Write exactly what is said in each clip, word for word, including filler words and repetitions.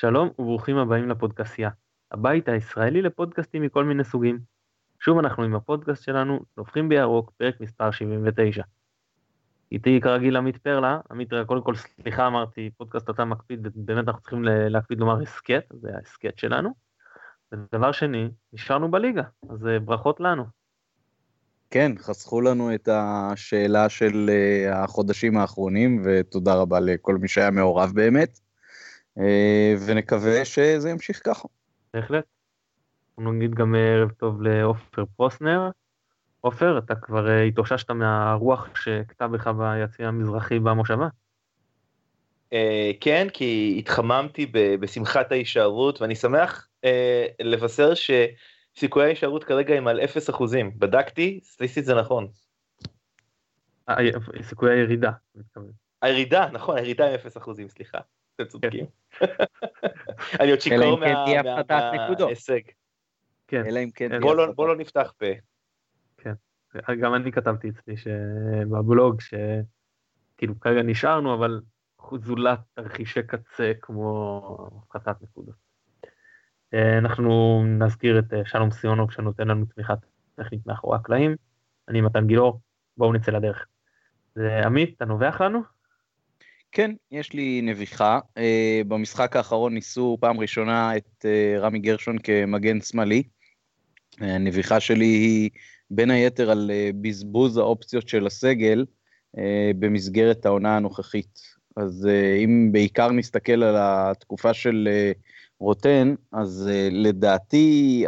שלום וברוכים הבאים לפודקאסיה, הבית הישראלי לפודקאסטים מכל מיני סוגים. שוב אנחנו עם הפודקאסט שלנו, נופחים בירוק, פרק מספר שבעים ותשע. איתי כרגיל עמית פרלה. עמית, קודם כל סליחה, אמרתי פודקאסט אתה מקפיד, באמת אנחנו צריכים להקפיד לומר הסקט, זה ההסקט שלנו. ודבר שני, נשארנו בליגה, אז ברכות לנו. כן, חסכו לנו את השאלה של החודשים האחרונים, ותודה רבה לכל מי שהיה מעורב באמת, ונקווה שזה ימשיך ככה. בהחלט. אנחנו נגיד גם ערב טוב לאופר פרוסנר. אופר, אתה כבר התאוששת מהרוח שכתב בך ביציע המזרחי במושבה? כן, כי התחממתי בשמחת ההישארות, ואני שמח לבשר שסיכויי ההישארות כרגע הם על אפס אחוזים. בדקתי, סטטיסטית זה נכון. סיכויי הירידה, מתכוון. הירידה, נכון, הירידה עם אפס אחוזים, סליחה. אתם צודקים. אני עוד שיקור מההישג. אלא אם כן. בוא לא נפתח פה. כן, גם אני כתבתי אצלי בבלוג שכאילו כרגע נשארנו, אבל זולת תרחישי קצה כמו הפחתת נקודות. אנחנו נזכיר את שלום סיונוב שנותן לנו תמיכה טכנית מאחורי הקלעים. אני מתן גילאור, בואו נצא לדרך. עמית, אתה נובח לנו? כן, יש לי נביחה. במשחק האחרון ניסו פעם ראשונה את רמי גרשון כמגן שמאלי. הנביחה שלי היא בין היתר על בזבוז האופציות של הסגל במסגרת העונה הנוכחית. אז אם בעיקר נסתכל על התקופה של רוטן, אז לדעתי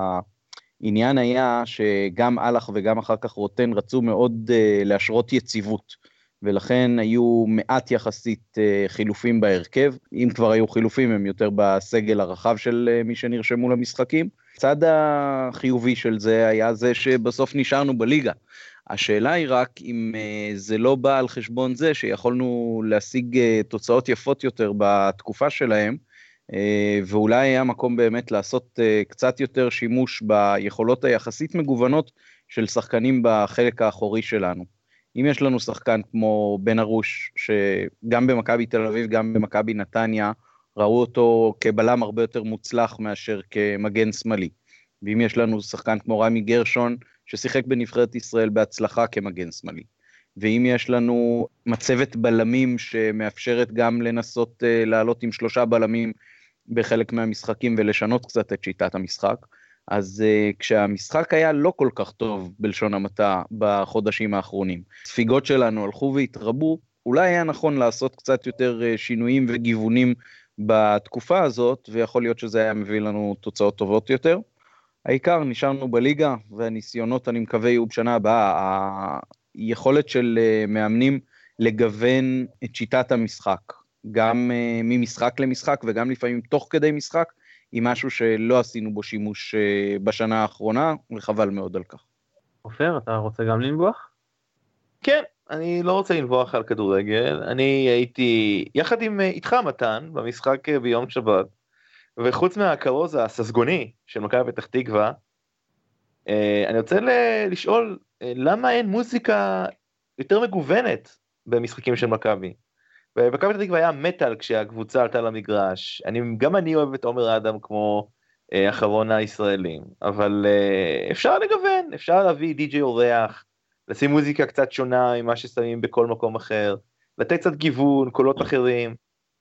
העניין היה שגם אלח וגם אחר כך רוטן רצו מאוד להשרות יציבות, ולכן היו מעט יחסית חילופים בהרכב. אם כבר היו חילופים הם יותר בסגל הרחב של מי שנרשמו למשחקים. הצד החיובי של זה היה זה שבסוף נשארנו בליגה. השאלה היא רק אם זה לא בא על חשבון זה שיכולנו להשיג תוצאות יפות יותר בתקופה שלהם, ואולי היה מקום באמת לעשות קצת יותר שימוש ביכולות היחסית מגוונות של שחקנים בחלק האחורי שלנו. אם יש לנו שחקן כמו בן ארוש, שגם במכבי תל אביב, גם במכבי נתניה, ראו אותו כבלם הרבה יותר מוצלח מאשר כמגן שמאלי. ואם יש לנו שחקן כמו רמי גרשון, ששיחק בנבחרת ישראל בהצלחה כמגן שמאלי. ואם יש לנו מצבת בלמים שמאפשרת גם לנסות uh, לעלות עם שלושה בלמים בחלק מהמשחקים ולשנות קצת את שיטת המשחק, אז uh, כשהמשחק היה לא כל כך טוב בלשון המעטה בחודשים האחרונים, ספיגות שלנו הלכו והתרבו, אולי היה נכון לעשות קצת יותר uh, שינויים וגיוונים בתקופה הזאת, ויכול להיות שזה היה מביא לנו תוצאות טובות יותר. העיקר נשארנו בליגה, והניסיונות אני מקווה יהיו בשנה הבאה. היכולת של מאמנים לגוון את שיטת המשחק, גם ממשחק למשחק וגם לפעמים תוך כדי משחק, היא משהו שלא עשינו בו שימוש בשנה האחרונה, וחבל מאוד על כך. אופר, אתה רוצה גם לנבוח? כן, אני לא רוצה לנבוח על כדורגל. אני הייתי יחד עם איתך מתן במשחק ביום שבת, וחוץ מהכרוז הססגוני של מכבי פתח תקווה, אני רוצה לשאול למה אין מוזיקה יותר מגוונת במשחקים של מכבי. ומכבי פתח תקווה היה מטל כשהקבוצה עלתה למגרש. אני, גם אני אוהב את עומר אדם כמו אחרון הישראלים, אבל אפשר לגוון, אפשר להביא די-ג'יי אורח, לשים מוזיקה קצת שונה ממה ששמים בכל מקום אחר, לתת קצת גיוון, קולות אחרים.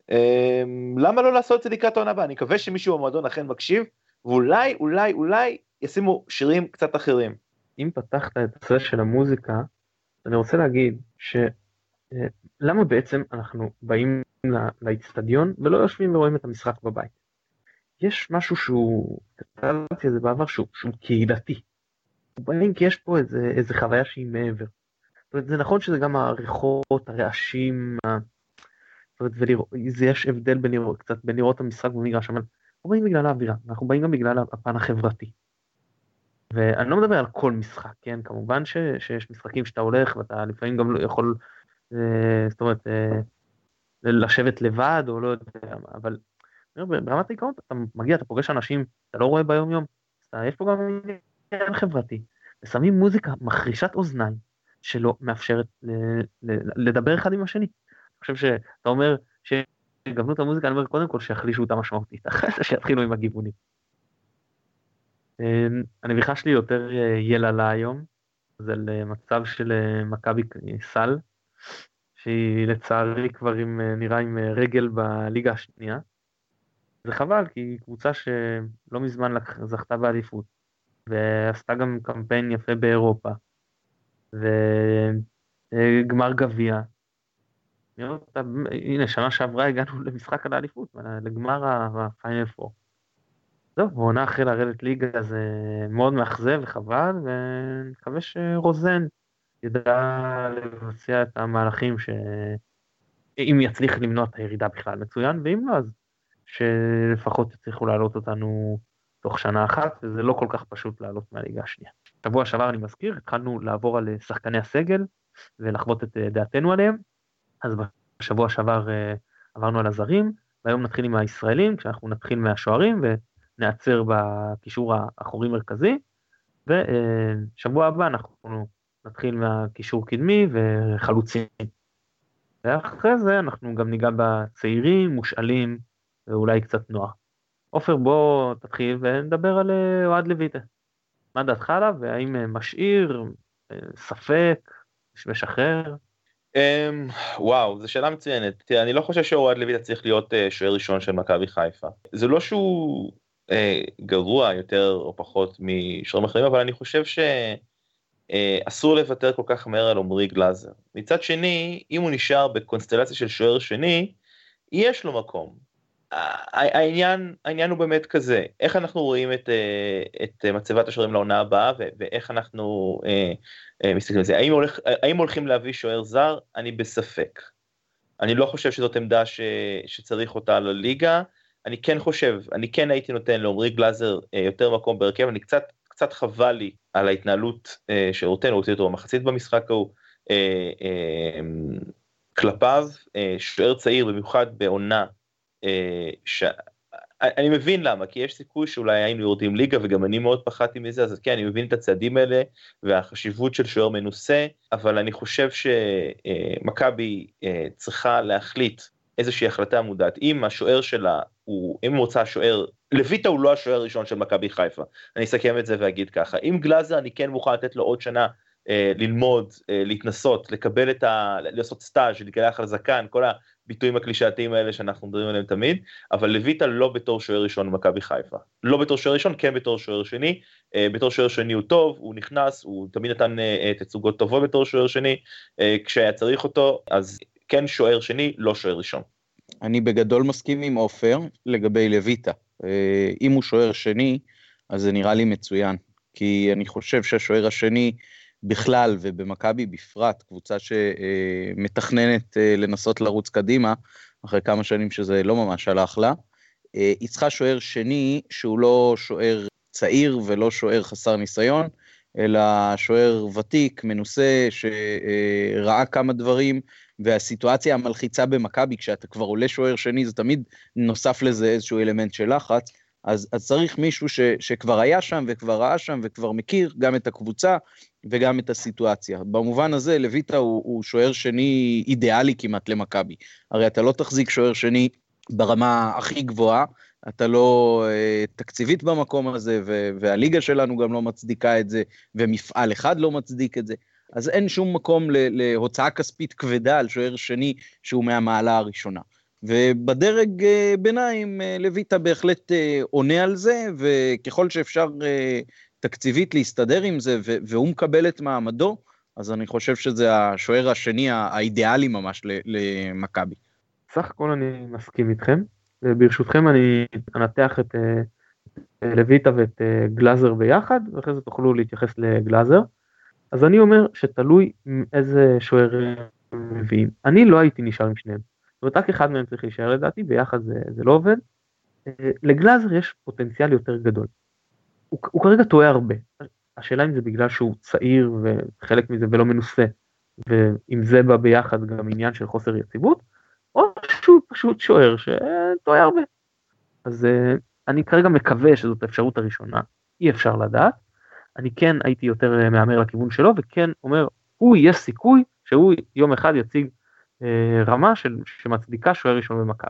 למה לא לעשות את זה לקראת העונה הבאה? אני מקווה שמישהו במועדון אכן מקשיב, ואולי, אולי, אולי ישימו שירים קצת אחרים. אם פתחת את הסרט של המוזיקה, אני רוצה להגיד שלמה בעצם אנחנו באים לאצטדיון ולא יושבים ורואים את המשחק בבית. יש משהו שהוא, כתבתי את זה בעבר, שהוא, שהוא קהילתי. באים כי יש פה איזה, איזה חוויה שהיא מעבר. זאת אומרת, זה נכון שזה גם הריחות, הרעשים, זאת אומרת, ולראות, זה יש הבדל בין לראות, קצת בין לראות את המשחק במגרש, אבל אנחנו באים בגלל האווירה, אנחנו באים גם בגלל הפן החברתי. ואני לא מדבר על כל משחק, כן? כמובן ש, שיש משחקים שאתה הולך, ואתה לפעמים גם לא יכול, אה, זאת אומרת, אה, לשבת לבד, או לא יודע, אבל ברמת העיקרון, אתה מגיע, אתה פוגש אנשים, אתה לא רואה ביום יום, אתה, יש פה גם עניין חברתי, ושמים מוזיקה מחרישת אוזניים, שלא מאפשרת ל, ל, לדבר אחד עם השני. אני חושב שאתה אומר שגוונו את המוזיקה, אני אומר קודם כל שיחלישו אותה משמעותית, אחרי זה שיתחילו עם הגיוונים. הנביכה שלי יותר יללה היום, זה למצב של מכבי סל, שהיא לצערי כבר עם, נראה עם רגל בליגה השנייה. זה חבל, כי היא קבוצה שלא מזמן זכתה באליפות, ועשתה גם קמפיין יפה באירופה, וגמר גביע. הנה, שנה שעברה הגענו למשחק על האליפות, לגמר הפיינל פור. טוב, בעונה אחרי לרדת ליגה זה מאוד מאכזב וחבל, ונקווה שרוזן ידע לבצע את המהלכים שאם יצליח למנוע את הירידה בכלל מצוין, ואם לא, אז שלפחות יצליחו לעלות אותנו תוך שנה אחת, וזה לא כל כך פשוט לעלות מהליגה השנייה. שבוע שעבר אני מזכיר, התחלנו לעבור על שחקני הסגל, ולחוות את דעתנו עליהם, אז בשבוע שעבר עברנו על הזרים, והיום נתחיל עם הישראלים, כשאנחנו נתחיל מהשוערים, ונעצר בקישור האחורי מרכזי, ושבוע הבא אנחנו נתחיל מהקישור קדמי וחלוצים. ואחרי זה אנחנו גם ניגע בצעירים, מושאלים, ואולי קצת נוער. עופר, בוא תתחיל ונדבר על אוהד לויטה. מה דעתך עליו, והאם משאיר, ספק, משחרר? וואו, זו שאלה מצוינת. תראה, אני לא חושב שאוהד לויטה צריך להיות שוער ראשון של מכבי חיפה. זה לא שהוא גרוע יותר או פחות משוערים אחרים, אבל אני חושב שאסור לוותר כל כך מהר על עומרי גלאזר. מצד שני, אם הוא נשאר בקונסטלציה של שוער שני, יש לו מקום. העניין, העניין הוא באמת כזה, איך אנחנו רואים את, את מצבת השוערים לעונה הבאה, ואיך אנחנו מסתכלים על זה. האם, הולך, האם הולכים להביא שוער זר? אני בספק. אני לא חושב שזאת עמדה ש, שצריך אותה לליגה. אני כן חושב, אני כן הייתי נותן לעומרי גלאזר יותר מקום בהרכב, אני קצת, קצת חבל לי על ההתנהלות של רוטן, הוא הוציא אותו במחצית במשחק ההוא, כלפיו, שוער צעיר במיוחד בעונה, ש... אני מבין למה, כי יש סיכוי שאולי היינו יורדים ליגה, וגם אני מאוד פחדתי מזה, אז כן, אני מבין את הצעדים האלה, והחשיבות של שוער מנוסה, אבל אני חושב שמכבי צריכה להחליט איזושהי החלטה מודעת, אם השוער שלה, הוא, אם הוא רוצה שוער, לויטה הוא לא השוער הראשון של מכבי חיפה, אני אסכם את זה ואגיד ככה, אם גלאזר אני כן מוכן לתת לו עוד שנה, ללמוד, להתנסות, לקבל את ה... לעשות סטאז', להתגלח על זקן, כל הביטויים הקלישאתיים האלה שאנחנו מדברים עליהם תמיד, אבל לויטה לא בתור שוער ראשון במכבי חיפה. לא בתור שוער ראשון, כן בתור שוער שני, בתור שוער שני הוא טוב, הוא נכנס, הוא תמיד נתן תצוגות טובות בתור שוער שני, כשהיה צריך אותו, אז כן שוער שני, לא שוער ראשון. אני בגדול מסכים עם עופר לגבי לויטה. אם הוא שוער שני, אז זה נראה לי מצוין, כי אני חושב שהשוער השני בכלל ובמכבי בפרט, קבוצה שמתכננת לנסות לרוץ קדימה, אחרי כמה שנים שזה לא ממש הלך לה, היא צריכה שוער שני שהוא לא שוער צעיר ולא שוער חסר ניסיון, אלא שוער ותיק, מנוסה, שראה כמה דברים, והסיטואציה המלחיצה במכבי, כשאתה כבר עולה שוער שני, זה תמיד נוסף לזה איזשהו אלמנט של לחץ, אז, אז צריך מישהו ש, שכבר היה שם וכבר ראה שם וכבר מכיר גם את הקבוצה וגם את הסיטואציה. במובן הזה לויטה הוא, הוא שוער שני אידיאלי כמעט למכבי. הרי אתה לא תחזיק שוער שני ברמה הכי גבוהה, אתה לא אה, תקציבית במקום הזה, ו, והליגה שלנו גם לא מצדיקה את זה, ומפעל אחד לא מצדיק את זה. אז אין שום מקום ל, להוצאה כספית כבדה על שוער שני שהוא מהמעלה הראשונה. ובדרג ביניים לויטה בהחלט עונה על זה, וככל שאפשר תקציבית להסתדר עם זה, והוא מקבל את מעמדו, אז אני חושב שזה השוער השני האידיאלי ממש למכבי. סך הכל אני מסכים איתכם, וברשותכם אני אנתח את לויטה ואת גלאזר ביחד, ואחרי זה תוכלו להתייחס לגלאזר. אז אני אומר שתלוי איזה שוער מביאים. אני לא הייתי נשאר עם שניהם. זאת אומרת, רק אחד מהם צריך להישאר לדעתי, ביחד זה, זה לא עובד. לגלאזר יש פוטנציאל יותר גדול. הוא, הוא כרגע טועה הרבה. השאלה אם זה בגלל שהוא צעיר וחלק מזה ולא מנוסה, ואם זה בא ביחד גם עניין של חוסר יציבות, או שהוא פשוט שוער שטועה הרבה. אז אני כרגע מקווה שזאת האפשרות הראשונה, אי אפשר לדעת. אני כן הייתי יותר מאמר לכיוון שלו, וכן אומר, הוא יש סיכוי שהוא יום אחד יציג רמה של, שמצדיקה שוער ראשון במכבי.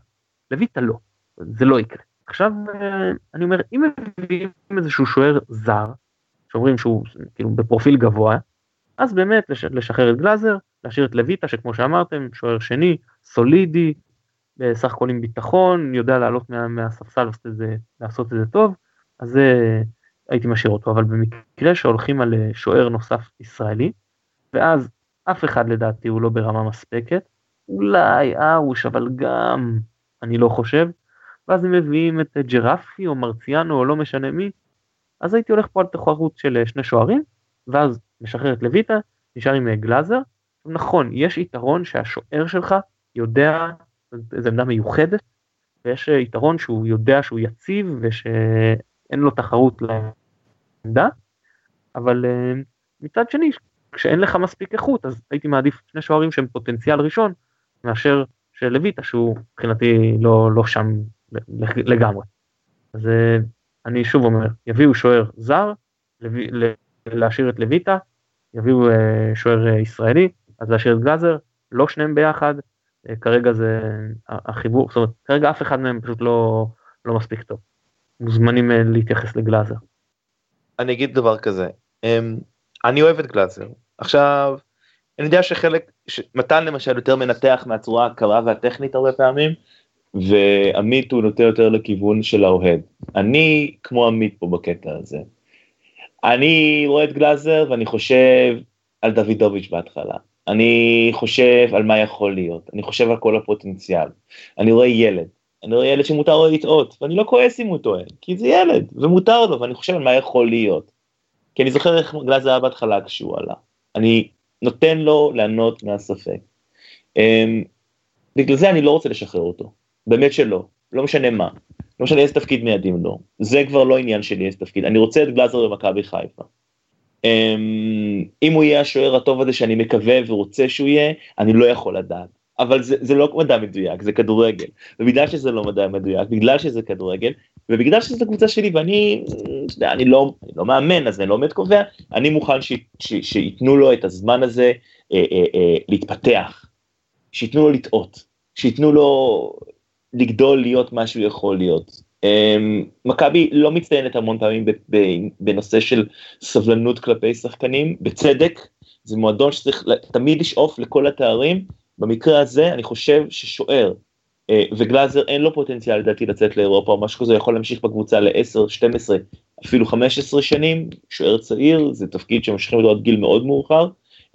לויטה לא, זה לא יקרה. עכשיו אני אומר, אם מביאים איזשהו שוער זר, שאומרים שהוא כאילו בפרופיל גבוה, אז באמת לשחרר את גלאזר, להשאיר את לויטה, שכמו שאמרתם, שוער שני, סולידי, בסך הכל עם ביטחון, יודע לעלות מה, מהספסל לעשות את זה, לעשות את זה טוב, אז זה, הייתי משאיר אותו, אבל במקרה שהולכים על שוער נוסף ישראלי, ואז אף אחד לדעתי הוא לא ברמה מספקת, אולי אאוש, אבל גם אני לא חושב, ואז הם מביאים את ג'רפי או מרציאנו או לא משנה מי, אז הייתי הולך פה על תחרות של שני שוערים, ואז משחרר את לויטה, נשאר עם גלאזר. נכון, יש יתרון שהשוער שלך יודע, זו עמדה מיוחדת, ויש יתרון שהוא יודע שהוא יציב, ושאין לו תחרות לעמדה, אבל מצד שני, כשאין לך מספיק איכות, אז הייתי מעדיף שני שוערים שהם פוטנציאל ראשון, מאשר של לויטה, שהוא מבחינתי לא, לא שם לגמרי. אז אני שוב אומר, יביאו שוער זר, לוי, להשאיר את לויטה, יביאו שוער ישראלי, אז להשאיר את גלאזר, לא שניהם ביחד, כרגע זה החיבור, זאת אומרת, כרגע אף אחד מהם פשוט לא, לא מספיק טוב. מוזמנים להתייחס לגלאזר. אני אגיד דבר כזה, אני אוהב את גלאזר, עכשיו, אני יודע שחלק, מתן למשל יותר מנתח מהצורה הקרה והטכנית הרבה פעמים, ועמית הוא נוטה יותר לכיוון של האוהד. אני כמו עמית פה בקטע הזה. אני רואה את גלאזר ואני חושב על דוידוביץ' בהתחלה. אני חושב על מה יכול להיות. אני חושב על כל הפוטנציאל. אני רואה ילד. אני רואה ילד שמותר לו לטעות, ואני לא כועס אם הוא טועה, כי זה ילד, ומותר לו, ואני חושב על מה יכול להיות. כי אני זוכר איך גלאזר היה בהתחלה כשהוא עלה. אני נותן לו לענות מהספק. בגלל זה אני לא רוצה לשחרר אותו. באמת שלא, לא משנה מה, לא משנה איזה תפקיד מיידים לו, זה כבר לא עניין שלי איזה תפקיד, אני רוצה את גלאזר במכבי חיפה, אם הוא יהיה השוער הטוב הזה שאני מקווה ורוצה שהוא יהיה, אני לא יכול לדעת, אבל זה, זה לא מדע מדויק, זה כדורגל, ובגלל שזה לא מדע מדויק, בגלל שזה כדורגל, ובגלל שזה קבוצה שלי, ואני אני לא, אני לא מאמן, אז אני לא באמת קובע, אני מוכן ש, ש, שיתנו לו את הזמן הזה אה, אה, אה, להתפתח, שיתנו לו לטעות, שיתנו לו לגדול להיות מה שהוא יכול להיות. מכבי לא מצטיינת המון פעמים בנושא של סבלנות כלפי שחקנים, בצדק, זה מועדון שצריך תמיד לשאוף לכל התארים, במקרה הזה אני חושב ששוער, וגלאזר אין לו פוטנציאל לדעתי לצאת לאירופה, או משהו כזה יכול להמשיך בקבוצה ל-עשר, שתים עשרה, אפילו חמש עשרה שנים, שוער צעיר, זה תפקיד שממשיכים אותו עד גיל מאוד מאוחר,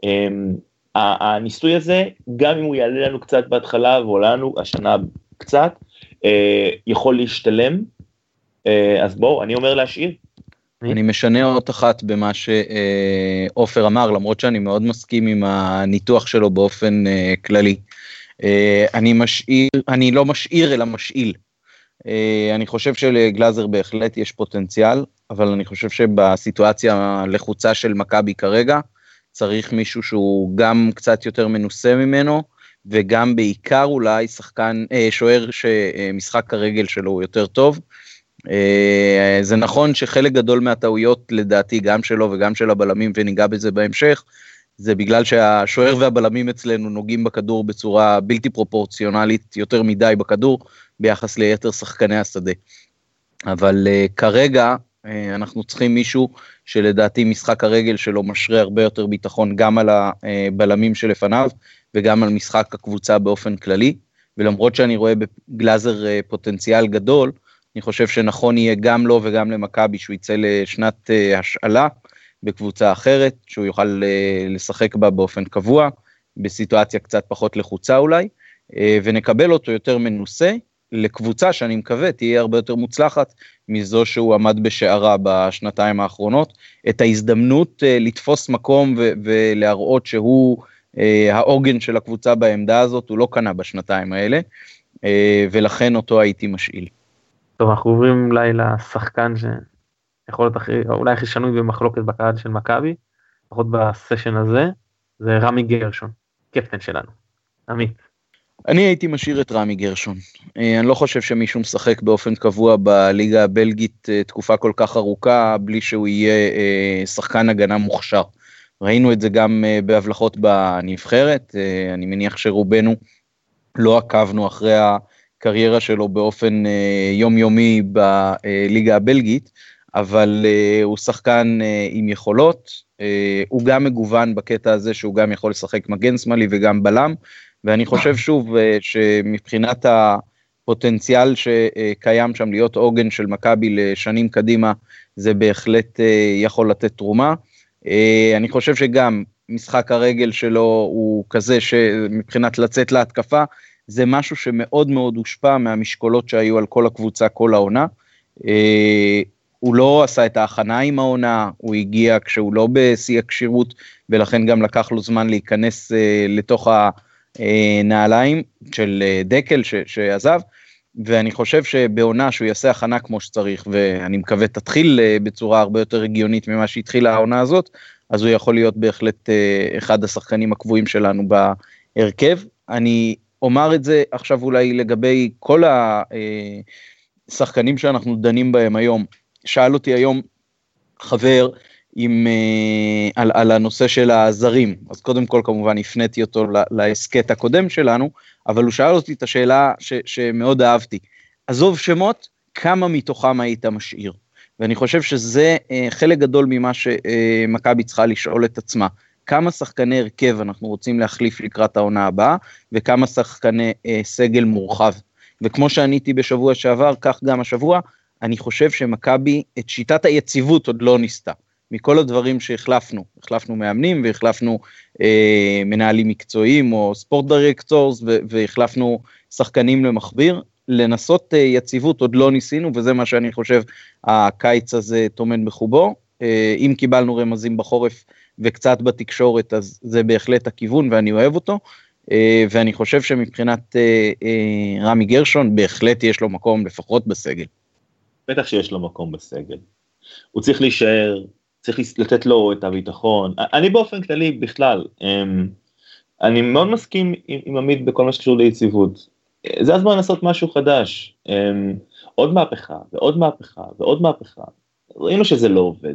הניסוי הזה, גם אם הוא יעלה לנו קצת בהתחלה, ועולה לנו השנה קצת, יכול להשתלם, אז בואו, אני אומר להשאיר. אני משנה עוד אחת במה שאופר אמר, למרות שאני מאוד מסכים עם הניתוח שלו באופן כללי. אני משאיר, אני לא משאיר אלא משאיל. אני חושב שלגלאזר בהחלט יש פוטנציאל, אבל אני חושב שבסיטואציה הלחוצה של מכבי כרגע, צריך מישהו שהוא גם קצת יותר מנוסה ממנו, וגם בעיקר אולי שחקן, שוער שמשחק הרגל שלו הוא יותר טוב. זה נכון שחלק גדול מהטעויות לדעתי גם שלו וגם של הבלמים, וניגע בזה בהמשך, זה בגלל שהשוער והבלמים אצלנו נוגעים בכדור בצורה בלתי פרופורציונלית, יותר מדי בכדור, ביחס ליתר שחקני השדה. אבל כרגע אנחנו צריכים מישהו שלדעתי משחק הרגל שלו משרה הרבה יותר ביטחון גם על הבלמים שלפניו, וגם על משחק הקבוצה באופן כללי, ולמרות שאני רואה בגלאזר פוטנציאל גדול, אני חושב שנכון יהיה גם לו וגם למכבי שהוא יצא לשנת השאלה בקבוצה אחרת, שהוא יוכל לשחק בה באופן קבוע, בסיטואציה קצת פחות לחוצה אולי, ונקבל אותו יותר מנוסה, לקבוצה שאני מקווה תהיה הרבה יותר מוצלחת, מזו שהוא עמד בשערה בשנתיים האחרונות, את ההזדמנות לתפוס מקום ולהראות שהוא העוגן של הקבוצה בעמדה הזאת, הוא לא קנה בשנתיים האלה, ולכן אותו הייתי משאיל. טוב, אנחנו עוברים אולי לשחקן שיכול להיות הכי, אולי הכי שנוי במחלוקת בקהל של מכבי, לפחות בסשן הזה, זה רמי גרשון, קפטן שלנו. עמית. אני הייתי משאיר את רמי גרשון. אני לא חושב שמישהו משחק באופן קבוע בליגה הבלגית תקופה כל כך ארוכה, בלי שהוא יהיה שחקן הגנה מוכשר. ראינו את זה גם בהבלחות בנבחרת, אני מניח שרובנו לא עקבנו אחרי הקריירה שלו באופן יומיומי בליגה הבלגית, אבל הוא שחקן עם יכולות, הוא גם מגוון בקטע הזה שהוא גם יכול לשחק מגן שמאלי וגם בלם, ואני חושב שוב שמבחינת הפוטנציאל שקיים שם להיות עוגן של מכבי לשנים קדימה, זה בהחלט יכול לתת תרומה. אני חושב שגם משחק הרגל שלו הוא כזה שמבחינת לצאת להתקפה, זה משהו שמאוד מאוד הושפע מהמשקולות שהיו על כל הקבוצה כל העונה. הוא לא עשה את ההכנה עם העונה, הוא הגיע כשהוא לא בשיא הקשירות, ולכן גם לקח לו זמן להיכנס לתוך הנעליים של דקל ש- שעזב, ואני חושב שבעונה שהוא יעשה הכנה כמו שצריך, ואני מקווה תתחיל בצורה הרבה יותר הגיונית ממה שהתחילה העונה הזאת, אז הוא יכול להיות בהחלט אחד השחקנים הקבועים שלנו בהרכב. אני אומר את זה עכשיו אולי לגבי כל השחקנים שאנחנו דנים בהם היום. שאל אותי היום חבר עם, על, על הנושא של הזרים, אז קודם כל כמובן הפניתי אותו לעסקת הקודם שלנו, אבל הוא שאל אותי את השאלה ש, שמאוד אהבתי, עזוב שמות, כמה מתוכם היית משאיר? ואני חושב שזה חלק גדול ממה שמכבי צריכה לשאול את עצמה, כמה שחקני הרכב אנחנו רוצים להחליף לקראת העונה הבאה, וכמה שחקני סגל מורחב. וכמו שעניתי בשבוע שעבר, כך גם השבוע, אני חושב שמכבי את שיטת היציבות עוד לא ניסתה. מכל הדברים שהחלפנו, החלפנו מאמנים והחלפנו אה, מנהלים מקצועיים או ספורט דירקטורס, והחלפנו שחקנים למחביר, לנסות אה, יציבות עוד לא ניסינו, וזה מה שאני חושב הקיץ הזה תומן בחובו. אה, אם קיבלנו רמזים בחורף וקצת בתקשורת, אז זה בהחלט הכיוון ואני אוהב אותו, אה, ואני חושב שמבחינת אה, אה, רמי גרשון, בהחלט יש לו מקום לפחות בסגל. בטח שיש לו מקום בסגל. הוא צריך להישאר, צריך לתת לו את הביטחון. אני באופן כללי בכלל, אני מאוד מסכים עם עמית בכל מה שקשור ליציבות. זה הזמן לעשות משהו חדש. עוד מהפכה, ועוד מהפכה, ועוד מהפכה. ראינו שזה לא עובד.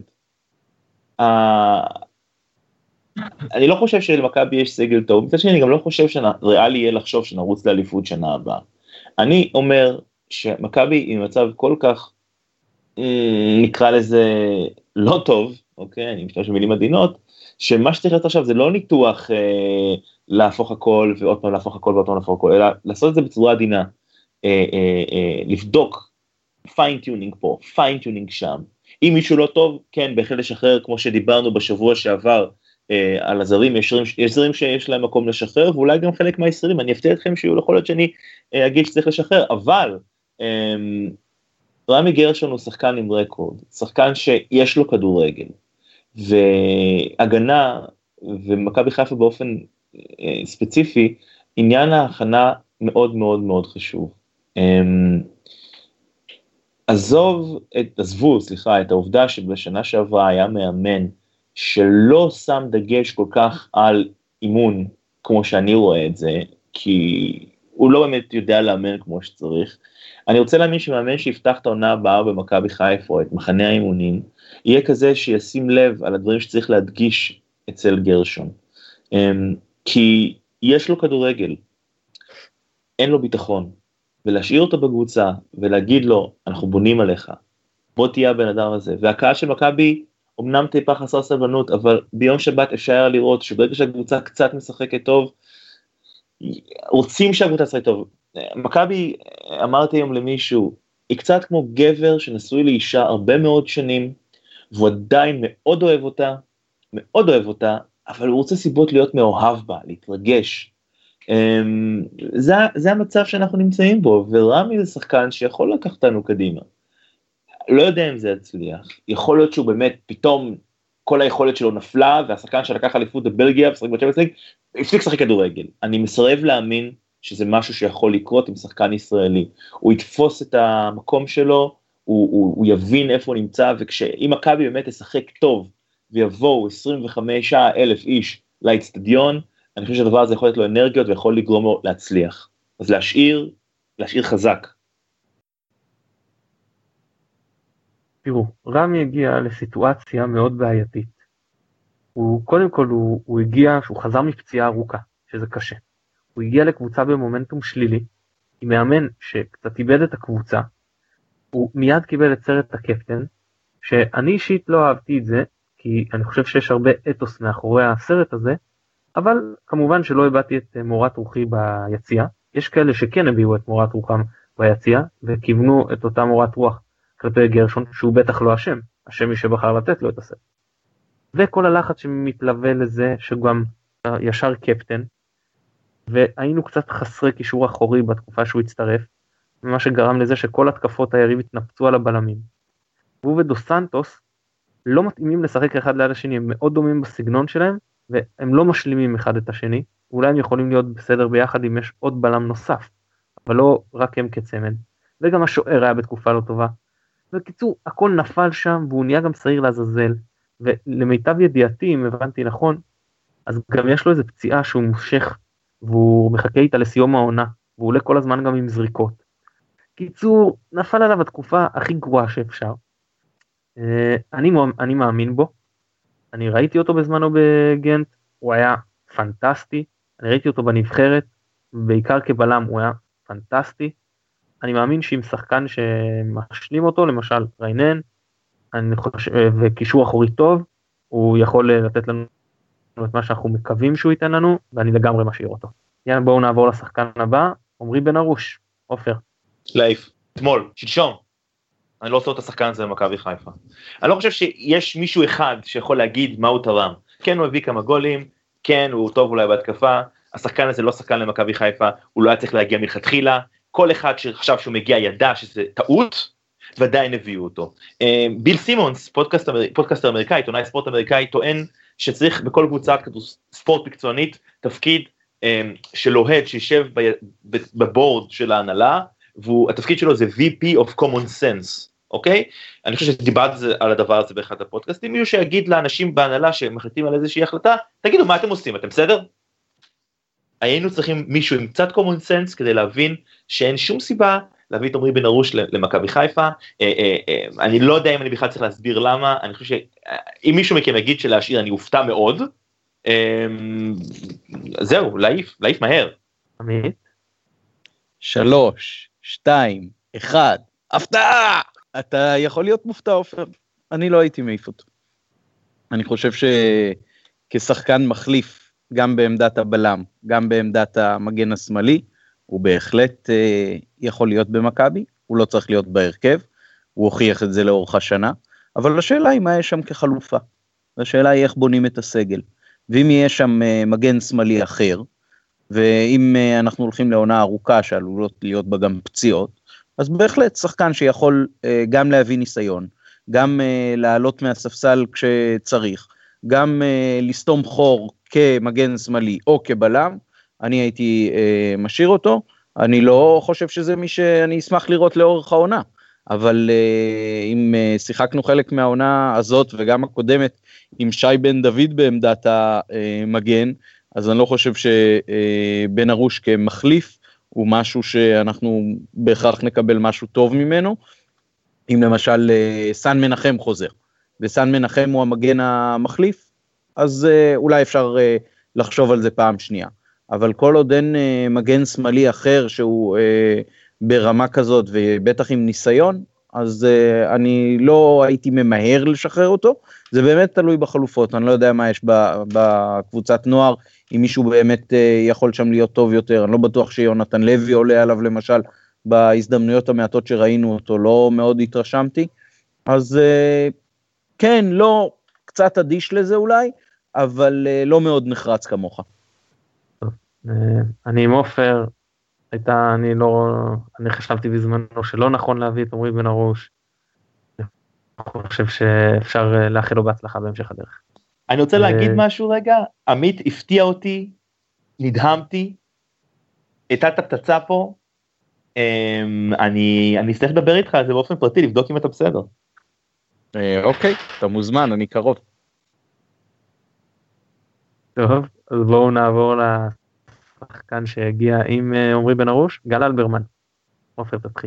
אני לא חושב שלמכבי יש סגל טוב, מצד שני אני גם לא חושב שריאלי יהיה לחשוב שנרוץ לאליפות שנה הבאה. אני אומר שמכבי היא מצב כל כך, נקרא לזה לא טוב, אוקיי, אני משתמש במילים עדינות, שמה שצריך לעשות עכשיו זה לא ניתוח אה, להפוך הכל ועוד פעם להפוך הכל ועוד פעם להפוך הכל, אלא לעשות את זה בצורה עדינה, אה, אה, אה, לבדוק פיינטיונינג פה, פיינטיונינג שם, אם מישהו לא טוב, כן, בהחלט לשחרר, כמו שדיברנו בשבוע שעבר, אה, על הזרים, יש זרים, יש זרים שיש להם מקום לשחרר, ואולי גם חלק מהישראלים, אני אפתיע אתכם שיהיו יכול להיות שאני אה, אגיד שצריך לשחרר, אבל אה, רמי גרשון הוא שחקן עם רקורד, שחקן שיש לו כדורגל, והגנה, ומכבי חיפה באופן אה, ספציפי, עניין ההכנה מאוד מאוד מאוד חשוב. אה, עזוב, את, עזבו, סליחה, את העובדה שבשנה שעברה היה מאמן, שלא שם דגש כל כך על אימון, כמו שאני רואה את זה, כי הוא לא באמת יודע לאמן כמו שצריך. אני רוצה להאמין שמאמן שיפתח את העונה הבאה במכבי חיפה, או את מחנה האימונים, יהיה כזה שישים לב על הדברים שצריך להדגיש אצל גרשון. כי יש לו כדורגל, אין לו ביטחון, ולהשאיר אותו בקבוצה, ולהגיד לו, אנחנו בונים עליך, בוא תהיה הבן אדם הזה, והקהל של מכבי, אמנם טיפה חסר סבלנות, אבל ביום שבת אפשר לראות, שברגע שהקבוצה קצת משחקת טוב, רוצים שהקבוצה תשחק טוב. מכבי, אמרתי היום למישהו, היא קצת כמו גבר שנשוי לאישה הרבה מאוד שנים, והוא עדיין מאוד אוהב אותה, מאוד אוהב אותה, אבל הוא רוצה סיבות להיות מאוהב בה, להתרגש. זה, זה המצב שאנחנו נמצאים בו, ורמי זה שחקן שיכול לקחת אותנו קדימה. לא יודע אם זה יצליח, יכול להיות שהוא באמת פתאום כל היכולת שלו נפלה, והשחקן שלקח אליפות בבלגיה, ושחק בצ'מפיונס ליג, הפסיק לשחק כדורגל. אני מסרב להאמין שזה משהו שיכול לקרות עם שחקן ישראלי. הוא יתפוס את המקום שלו, הוא, הוא, הוא יבין איפה הוא נמצא, וכשאם מכבי באמת ישחק טוב, ויבואו עשרים וחמישה אלף איש לאצטדיון, אני חושב שהדבר הזה יכול להיות לו אנרגיות, ויכול לגרום לו להצליח. אז להשאיר, להשאיר חזק. תראו, רמי הגיע לסיטואציה מאוד בעייתית. הוא, קודם כל, הוא, הוא הגיע, הוא חזר מפציעה ארוכה, שזה קשה. הוא הגיע לקבוצה במומנטום שלילי, עם מאמן שקצת איבד את הקבוצה, הוא מיד קיבל את סרט הקפטן, שאני אישית לא אהבתי את זה, כי אני חושב שיש הרבה אתוס מאחורי הסרט הזה, אבל כמובן שלא הבאתי את מורת רוחי ביציאה. יש כאלה שכן הביאו את מורת רוחם ביציאה, וכיוונו את אותה מורת רוח כלפי גרשון, שהוא בטח לא אשם, השם מי שבחר לתת לו את הסרט. וכל הלחץ שמתלווה לזה, שגם ישר קפטן, והיינו קצת חסרי קישור אחורי בתקופה שהוא הצטרף, מה שגרם לזה שכל התקפות היריב התנפצו על הבלמים. והוא ודו סנטוס לא מתאימים לשחק אחד ליד השני, הם מאוד דומים בסגנון שלהם, והם לא משלימים אחד את השני, אולי הם יכולים להיות בסדר ביחד אם יש עוד בלם נוסף, אבל לא רק הם כצמד. וגם השוער היה בתקופה לא טובה. בקיצור, הכל נפל שם, והוא נהיה גם שעיר לעזאזל, ולמיטב ידיעתי, אם הבנתי נכון, אז גם יש לו איזה פציעה שהוא מושך, והוא מחכה איתה לסיום העונה, והוא עולה כל הזמן גם עם זריקות. קיצור, נפל עליו התקופה הכי גרועה שאפשר. אני, אני מאמין בו, אני ראיתי אותו בזמנו בגנט, הוא היה פנטסטי, אני ראיתי אותו בנבחרת, בעיקר כבלם הוא היה פנטסטי, אני מאמין שעם שחקן שמשלים אותו, למשל ריינן, אני חושב, וקישור אחורי טוב, הוא יכול לתת לנו את מה שאנחנו מקווים שהוא ייתן לנו, ואני לגמרי משאיר אותו. יאללה, בואו נעבור לשחקן הבא, עומרי בן ארוש, עופר. להיף, אתמול, שלשום, אני לא עושה את השחקן הזה במכבי חיפה. אני לא חושב שיש מישהו אחד שיכול להגיד מה הוא תרם. כן, הוא הביא כמה גולים, כן, הוא טוב אולי בהתקפה, השחקן הזה לא שחקן למכבי חיפה, הוא לא היה צריך להגיע מלכתחילה, כל אחד שחשב שהוא מגיע ידע שזה טעות, ועדיין הביאו אותו. ביל סימונס, פודקאסט, פודקאסטר אמריקאי, עיתונאי ספורט אמריקאי, טוען שצריך בכל קבוצה ספורט מקצוענית, תפקיד של אוהד שישב בבורד של ההנהלה, והתפקיד שלו זה וי פי of Common Sense, אוקיי? אני חושב שדיברת על הדבר הזה באחד הפודקאסטים, מישהו שיגיד לאנשים בהנהלה שמחליטים על איזושהי החלטה, תגידו מה אתם עושים, אתם בסדר? היינו צריכים מישהו עם קצת common sense כדי להבין שאין שום סיבה להביא את עומרי בן ארוש למכבי חיפה, אני לא יודע אם אני בכלל צריך להסביר למה, אני חושב שאם מישהו מכם יגיד שלהשאיר אני אופתע מאוד, זהו, להעיף, להעיף מהר. עמית? שלוש, שתיים, אחד, הפתעה! אתה יכול להיות מופתע, עופר. אני לא הייתי מעיף אותו. אני חושב שכשחקן מחליף, גם בעמדת הבלם, גם בעמדת המגן השמאלי, הוא בהחלט אה, יכול להיות במכבי, הוא לא צריך להיות בהרכב, הוא הוכיח את זה לאורך השנה, אבל השאלה היא מה יש שם כחלופה, והשאלה היא איך בונים את הסגל, ואם יש שם אה, מגן שמאלי אחר, ואם אה, אנחנו הולכים לעונה ארוכה שעלולות להיות בה גם פציעות, אז בהחלט שחקן שיכול אה, גם להביא ניסיון, גם אה, לעלות מהספסל כשצריך, גם אה, לסתום חור כמגן שמאלי או כבלם, אני הייתי אה, משאיר אותו, אני לא חושב שזה מי שאני אשמח לראות לאורך העונה, אבל אה, אם אה, שיחקנו חלק מהעונה הזאת וגם הקודמת עם שי בן דוד בעמדת המגן, אז אני לא חושב שבן ארוש כמחליף הוא משהו שאנחנו בהכרח נקבל משהו טוב ממנו, אם למשל אה, סן מנחם חוזר, וסן מנחם הוא המגן המחליף, אז אה, אולי אפשר אה, לחשוב על זה פעם שנייה. אבל כל עוד אין אה, מגן שמאלי אחר שהוא אה, ברמה כזאת ובטח עם ניסיון, אז אה, אני לא הייתי ממהר לשחרר אותו, זה באמת תלוי בחלופות, אני לא יודע מה יש בקבוצת נוער, אם מישהו באמת אה, יכול שם להיות טוב יותר, אני לא בטוח שיונתן לוי עולה עליו למשל, בהזדמנויות המעטות שראינו אותו, לא מאוד התרשמתי, אז אה, כן, לא, קצת אדיש לזה אולי, אבל אה, לא מאוד נחרץ כמוך. אני עם עופר, הייתה, אני לא, אני חשבתי בזמנו שלא נכון להביא את עומרי בן ארוש, אני חושב שאפשר לאחל לו בהצלחה בהמשך הדרך. אני רוצה להגיד משהו רגע, עמית הפתיע אותי, נדהמתי, הייתה את הפצצה פה, אני אני אצטרך לדבר איתך על זה באופן פרטי, לבדוק אם אתה בסדר. אוקיי, אתה מוזמן, אני קרוב. טוב, אז בואו נעבור לשחקן שהגיע עם עומרי בן ארוש, גל אלברמן. עופר, תתחיל.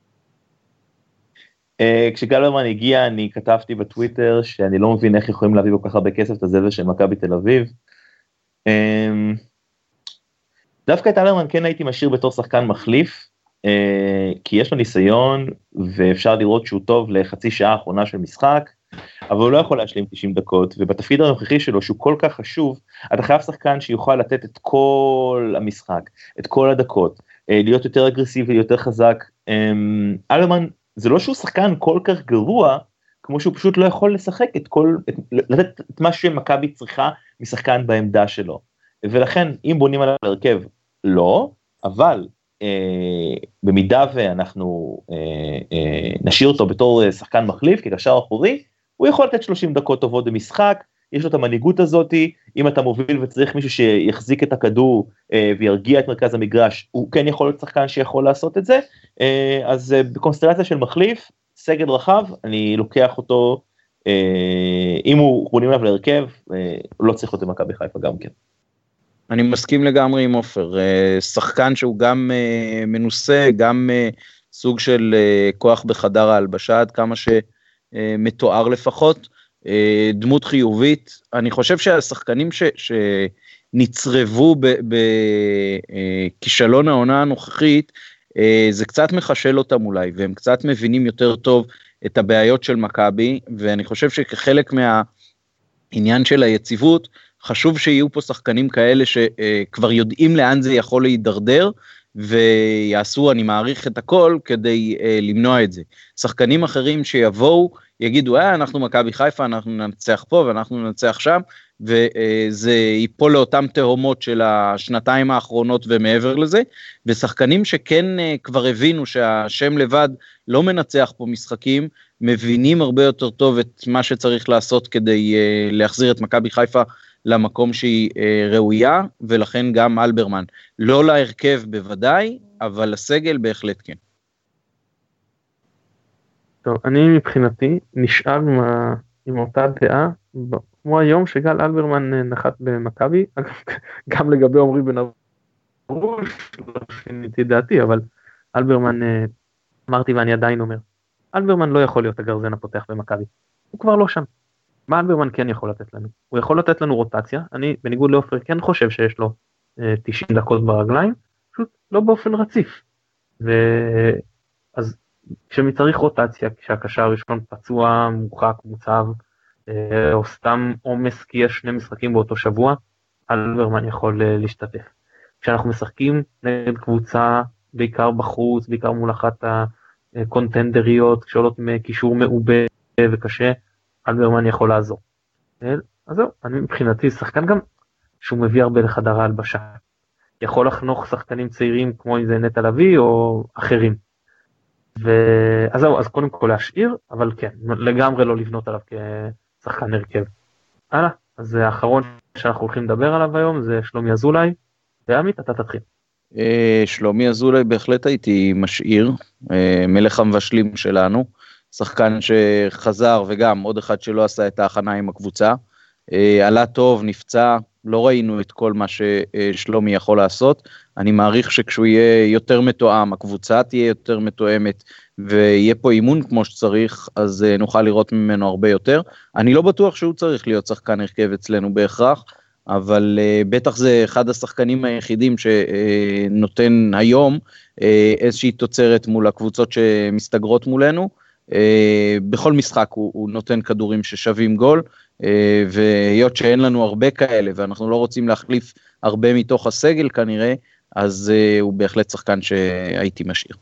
כשגל אלברמן הגיע, אני כתבתי בטוויטר שאני לא מבין איך יכולים להביא כל כך הרבה כסף את הזבל של מכבי תל אביב. דווקא את אלברמן כן הייתי משאיר בתור שחקן מחליף, כי יש לו ניסיון, ואפשר לראות שהוא טוב לחצי שעה האחרונה של משחק, אבל הוא לא יכול להשלים תשעים דקות, ובתפקיד הנוכחי שלו, שהוא כל כך חשוב, אתה חייב שחקן שיוכל לתת את כל המשחק, את כל הדקות, להיות יותר אגרסיבי, יותר חזק. אלברמן, זה לא שהוא שחקן כל כך גרוע, כמו שהוא פשוט לא יכול לשחק את כל, את, לתת את מה שמכבי צריכה משחקן בעמדה שלו. ולכן, אם בונים על הרכב, לא, אבל אה, במידה ואנחנו אה, אה, נשאיר אותו בתור שחקן מחליף, כקשר אחורי, הוא יכול לתת שלושים דקות טובות במשחק, יש לו את המנהיגות הזאת, אם אתה מוביל וצריך מישהו שיחזיק את הכדור אה, וירגיע את מרכז המגרש, הוא כן יכול להיות שחקן שיכול לעשות את זה, אה, אז אה, בקונסטלציה של מחליף, סגל רחב, אני לוקח אותו, אה, אם הוא בונים עליו להרכב, אה, הוא לא צריך להיות במכבי חיפה גם כן. אני מסכים לגמרי עם עופר, שחקן שהוא גם מנוסה, גם סוג של כוח בחדר ההלבשה, עד כמה שמתואר לפחות, דמות חיובית. אני חושב שהשחקנים ש, שנצרבו בכישלון העונה הנוכחית, זה קצת מחשל אותם אולי, והם קצת מבינים יותר טוב את הבעיות של מכבי, ואני חושב שכחלק מהעניין של היציבות, חשוב שיהיו פה שחקנים כאלה שכבר יודעים לאן זה יכול להידרדר, ויעשו, אני מעריך את הכל, כדי למנוע את זה. שחקנים אחרים שיבואו, יגידו, אה, אנחנו מכבי חיפה, אנחנו ננצח פה, ואנחנו ננצח שם, וזה ייפול לאותם תהומות של השנתיים האחרונות ומעבר לזה, ושחקנים שכן כבר הבינו שהשם לבד לא מנצח פה משחקים, מבינים הרבה יותר טוב את מה שצריך לעשות כדי להחזיר את מכבי חיפה למקום שהיא ראויה, ולכן גם אלברמן. לא להרכב בוודאי, אבל לסגל בהחלט כן. טוב, אני מבחינתי נשאר עם, ה... עם אותה דעה, כמו היום שגל אלברמן נחת במכבי, גם לגבי עומרי בן ארוש, לא שיניתי דעתי, אבל אלברמן, אמרתי ואני עדיין אומר, אלברמן לא יכול להיות הגרזן הפותח במכבי, הוא כבר לא שם. מה אלברמן כן יכול לתת לנו? הוא יכול לתת לנו רוטציה, אני בניגוד לאופר כן חושב שיש לו תשעים דקות ברגליים, פשוט לא באופן רציף. ואז כשמצריך רוטציה, כשהקשר הראשון פצוע, מורחק, מוצב, או סתם עומס כי יש שני משחקים באותו שבוע, אלברמן יכול להשתתף. כשאנחנו משחקים נגד קבוצה, בעיקר בחוץ, בעיקר מול אחת הקונטנדריות, כשעולות מקישור מעובה וקשה, אלברמן יכול לעזור. אז זהו, אני מבחינתי שחקן גם שהוא מביא הרבה לחדר ההלבשה. יכול לחנוך שחקנים צעירים כמו אם זה נטע לביא או אחרים. ו... אז זהו, אז קודם כל להשאיר, אבל כן, לגמרי לא לבנות עליו כשחקן הרכב. הלאה, אז האחרון שאנחנו הולכים לדבר עליו היום זה שלומי אזולאי, ועמית, אתה תתחיל. שלומי אזולאי בהחלט הייתי משאיר, מלך המבשלים שלנו, שחקן שחזר וגם עוד אחד שלא עשה את ההכנה עם הקבוצה, עלה טוב, נפצע, לא ראינו את כל מה ששלומי יכול לעשות, אני מעריך שכשהוא יהיה יותר מתואם, הקבוצה תהיה יותר מתואמת, ויהיה פה אימון כמו שצריך, אז נוכל לראות ממנו הרבה יותר. אני לא בטוח שהוא צריך להיות שחקן הרכב אצלנו בהכרח, אבל בטח זה אחד השחקנים היחידים שנותן היום איזושהי תוצרת מול הקבוצות שמסתגרות מולנו, בכל משחק הוא, הוא נותן כדורים ששווים גול, והיות שאין לנו הרבה כאלה, ואנחנו לא רוצים להחליף הרבה מתוך הסגל כנראה, אז הוא בהחלט שחקן שהייתי משאיר.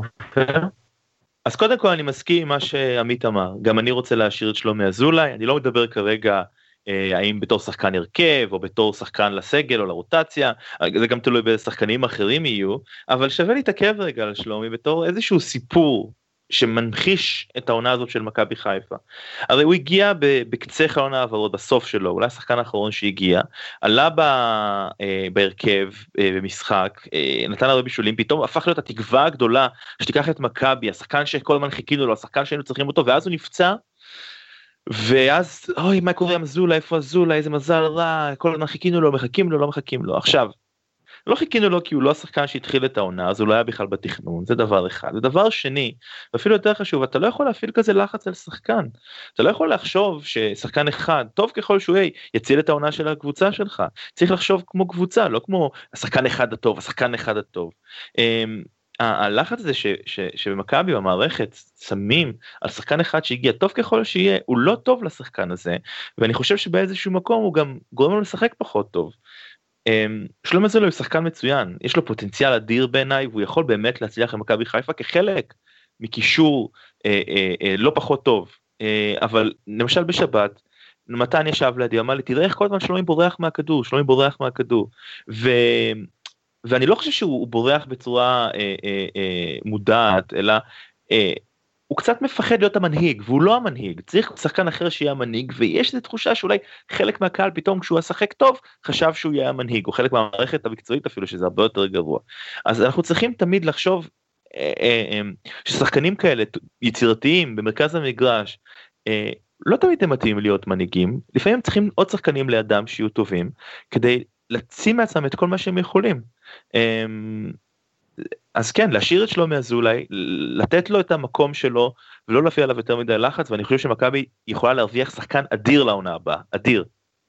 אז קודם כל אני מסכים עם מה שעמית אמר, גם אני רוצה להשאיר את שלומי אזולאי, אני לא מדבר כרגע האם בתור שחקן הרכב, או בתור שחקן לסגל או לרוטציה, זה גם תלוי בשחקנים אחרים יהיו, אבל שווה להתעכב רגע על שלומי בתור איזשהו סיפור, שמנחיש את העונה הזאת של מכבי חיפה. הרי הוא הגיע בקצה חלון העברות, בסוף שלו, אולי השחקן האחרון שהגיע, עלה בהרכב במשחק, נתן הרבה בישולים, פתאום הפך להיות התקווה הגדולה, שתיקח את מכבי, השחקן שכל הזמן חיכינו לו, השחקן שהיינו צריכים אותו, ואז הוא נפצע, ואז, אוי, מה קורה עם אזולאי, איפה אזולאי, איזה מזל רע, כל הזמן חיכינו לו, מחכים לו, לא מחכים לו. עכשיו, לא חיכינו לו כי הוא לא השחקן שהתחיל את העונה, אז הוא לא היה בכלל בתכנון, זה דבר אחד. ודבר שני, ואפילו יותר חשוב, אתה לא יכול להפעיל כזה לחץ על שחקן. אתה לא יכול לחשוב ששחקן אחד, טוב ככל שהוא יהיה, יציל את העונה של הקבוצה שלך. צריך לחשוב כמו קבוצה, לא כמו השחקן אחד הטוב, השחקן אחד הטוב. הלחץ הזה שבמכבי במערכת שמים על שחקן אחד שהגיע טוב ככל שיהיה, הוא לא טוב לשחקן הזה, ואני חושב שבאיזשהו מקום הוא גם גורם לו לשחק פחות טוב. שלומי אזולאי הוא שחקן מצוין, יש לו פוטנציאל אדיר בעיניי, והוא יכול באמת להצליח למכבי חיפה כחלק מקישור אה, אה, אה, לא פחות טוב, אה, אבל למשל בשבת, מתן ישב לידי, אמר לי, תראה איך כל הזמן שלומי בורח מהכדור, שלומי בורח מהכדור, ו... ואני לא חושב שהוא בורח בצורה אה, אה, אה, מודעת, אלא אה, הוא קצת מפחד להיות המנהיג, והוא לא המנהיג, צריך שחקן אחר שיהיה המנהיג, ויש איזו תחושה שאולי חלק מהקהל פתאום כשהוא השחק טוב, חשב שהוא יהיה המנהיג, או חלק מהמערכת המקצועית אפילו, שזה הרבה יותר גרוע. אז אנחנו צריכים תמיד לחשוב, אה, אה, אה, ששחקנים כאלה יצירתיים במרכז המגרש, אה, לא תמיד הם מתאים להיות מנהיגים, לפעמים צריכים עוד שחקנים לידם שיהיו טובים, כדי להוציא מעצמם את כל מה שהם יכולים. אז כן, להשאיר את שלומי אזולאי, לתת לו את המקום שלו, ולא להפעיל עליו יותר מדי לחץ, ואני חושב שמכבי יכולה להרוויח שחקן אדיר לעונה הבאה, אדיר.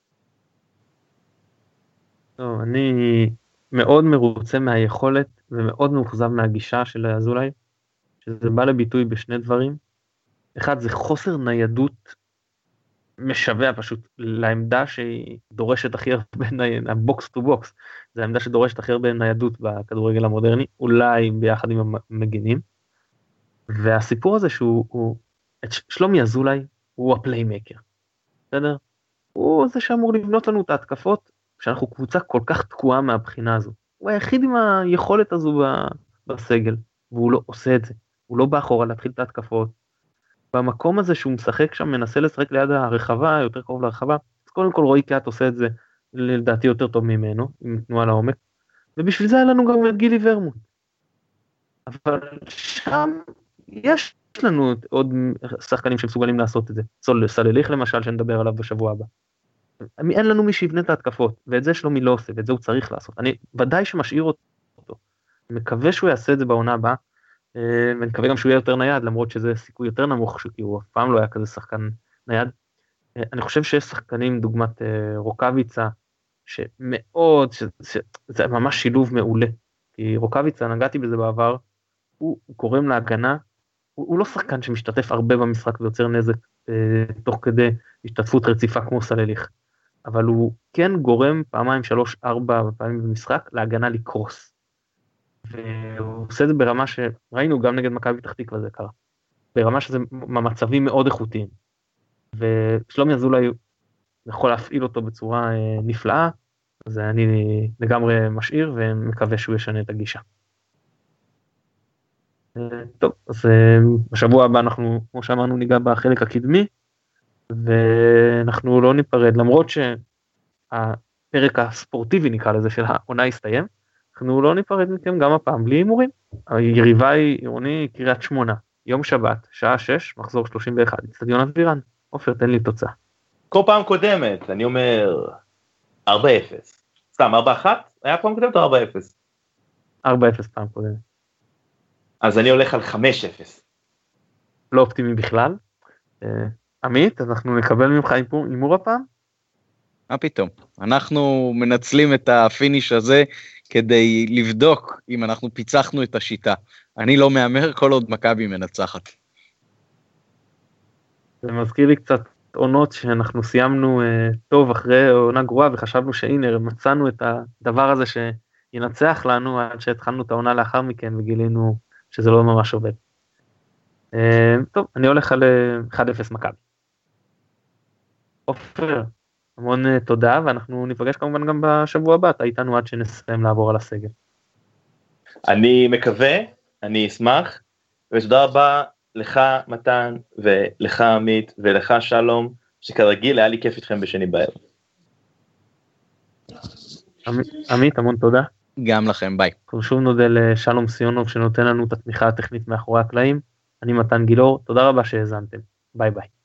טוב, אני מאוד מרוצה מהיכולת, ומאוד מאוכזב מהגישה של אזולאי, שזה בא לביטוי בשני דברים. אחד, זה חוסר ניידות משווה פשוט לעמדה שהיא דורשת הכי הרבה, הבוקס טו בוקס, זה העמדה שדורשת הכי הרבה ניידות בכדורגל המודרני, אולי ביחד עם המגנים, והסיפור הזה שהוא, הוא, את שלומי אזולאי הוא הפליימקר, בסדר? הוא זה שאמור לבנות לנו את ההתקפות, שאנחנו קבוצה כל כך תקועה מהבחינה הזו, הוא היחיד עם היכולת הזו בסגל, והוא לא עושה את זה, הוא לא בא אחורה להתחיל את ההתקפות, במקום הזה שהוא משחק שם, מנסה לשחק ליד הרחבה, יותר קרוב לרחבה, אז קודם כל רועי קיאט עושה את זה, לדעתי יותר טוב ממנו, עם תנועה לעומק, ובשביל זה היה לנו גם את גילי ורמוט. אבל שם יש לנו עוד שחקנים שמסוגלים לעשות את זה, סול סלליך למשל, שנדבר עליו בשבוע הבא. אין לנו מי שיבנה את ההתקפות, ואת זה שלומי לא עושה, ואת זה הוא צריך לעשות. אני ודאי שמשאיר אותו, אני מקווה שהוא יעשה את זה בעונה הבאה, ואני מקווה גם שהוא יהיה יותר נייד, למרות שזה סיכוי יותר נמוך, כי הוא אף פעם לא היה כזה שחקן נייד. אני חושב שיש שחקנים, דוגמת רוקביצה, שמאוד, שזה ממש שילוב מעולה, כי רוקביצה, נגעתי בזה בעבר, הוא גורם להגנה, הוא, הוא לא שחקן שמשתתף הרבה במשחק ויוצר נזק, תוך כדי השתתפות רציפה כמו סלליך, אבל הוא כן גורם פעמיים, שלוש, ארבע פעמים במשחק, להגנה לקרוס. והוא עושה את זה ברמה שראינו גם נגד מכבי פתח תקווה זה קרה, ברמה שזה מצבים מאוד איכותיים, ושלומי אזולאי יכול להפעיל אותו בצורה נפלאה, אז אני לגמרי משאיר ומקווה שהוא ישנה את הגישה. טוב, אז בשבוע הבא אנחנו, כמו שאמרנו, ניגע בחלק הקדמי, ואנחנו לא ניפרד, למרות שהפרק הספורטיבי נקרא לזה של העונה הסתיים, אנחנו לא ניפרד מכם גם הפעם, בלי הימורים. היריבה היא עירוני קריית שמונה, יום שבת, שעה שש, מחזור שלושים ואחת, אצטדיון אבירן. עופר, תן לי תוצאה. כל פעם קודמת, אני אומר ארבע אפס. סתם, ארבע אחת? היה פעם קודמת או ארבע אפס? ארבע אפס פעם קודמת. אז אני הולך על חמש אפס. לא אופטימי בכלל. עמית, אז אנחנו נקבל ממך הימור הפעם? מה פתאום? אנחנו מנצלים את הפיניש הזה כדי לבדוק אם אנחנו פיצחנו את השיטה. אני לא מאמר כל עוד מכבי מנצחת. זה מזכיר לי קצת עונות שאנחנו סיימנו uh, טוב אחרי עונה גרועה, וחשבנו שהנה מצאנו את הדבר הזה שינצח לנו, עד שהתחלנו את העונה לאחר מכן, וגילינו שזה לא ממש עובד. Uh, טוב, אני הולך על אחד אפס מכבי. עופר, המון uh, תודה, ואנחנו ניפגש כמובן גם בשבוע הבא, אתה איתנו עד שנסיים לעבור על הסגל. אני מקווה, אני אשמח, ותודה רבה לך מתן, ולך עמית, ולך שלום, שכרגיל היה לי כיף איתכם בשני בערב. עמית, המון תודה. גם לכם, ביי. שוב נודה לשלום סיונוב שנותן לנו את התמיכה הטכנית מאחורי הקלעים. אני מתן גילאור, תודה רבה שהאזנתם. ביי ביי.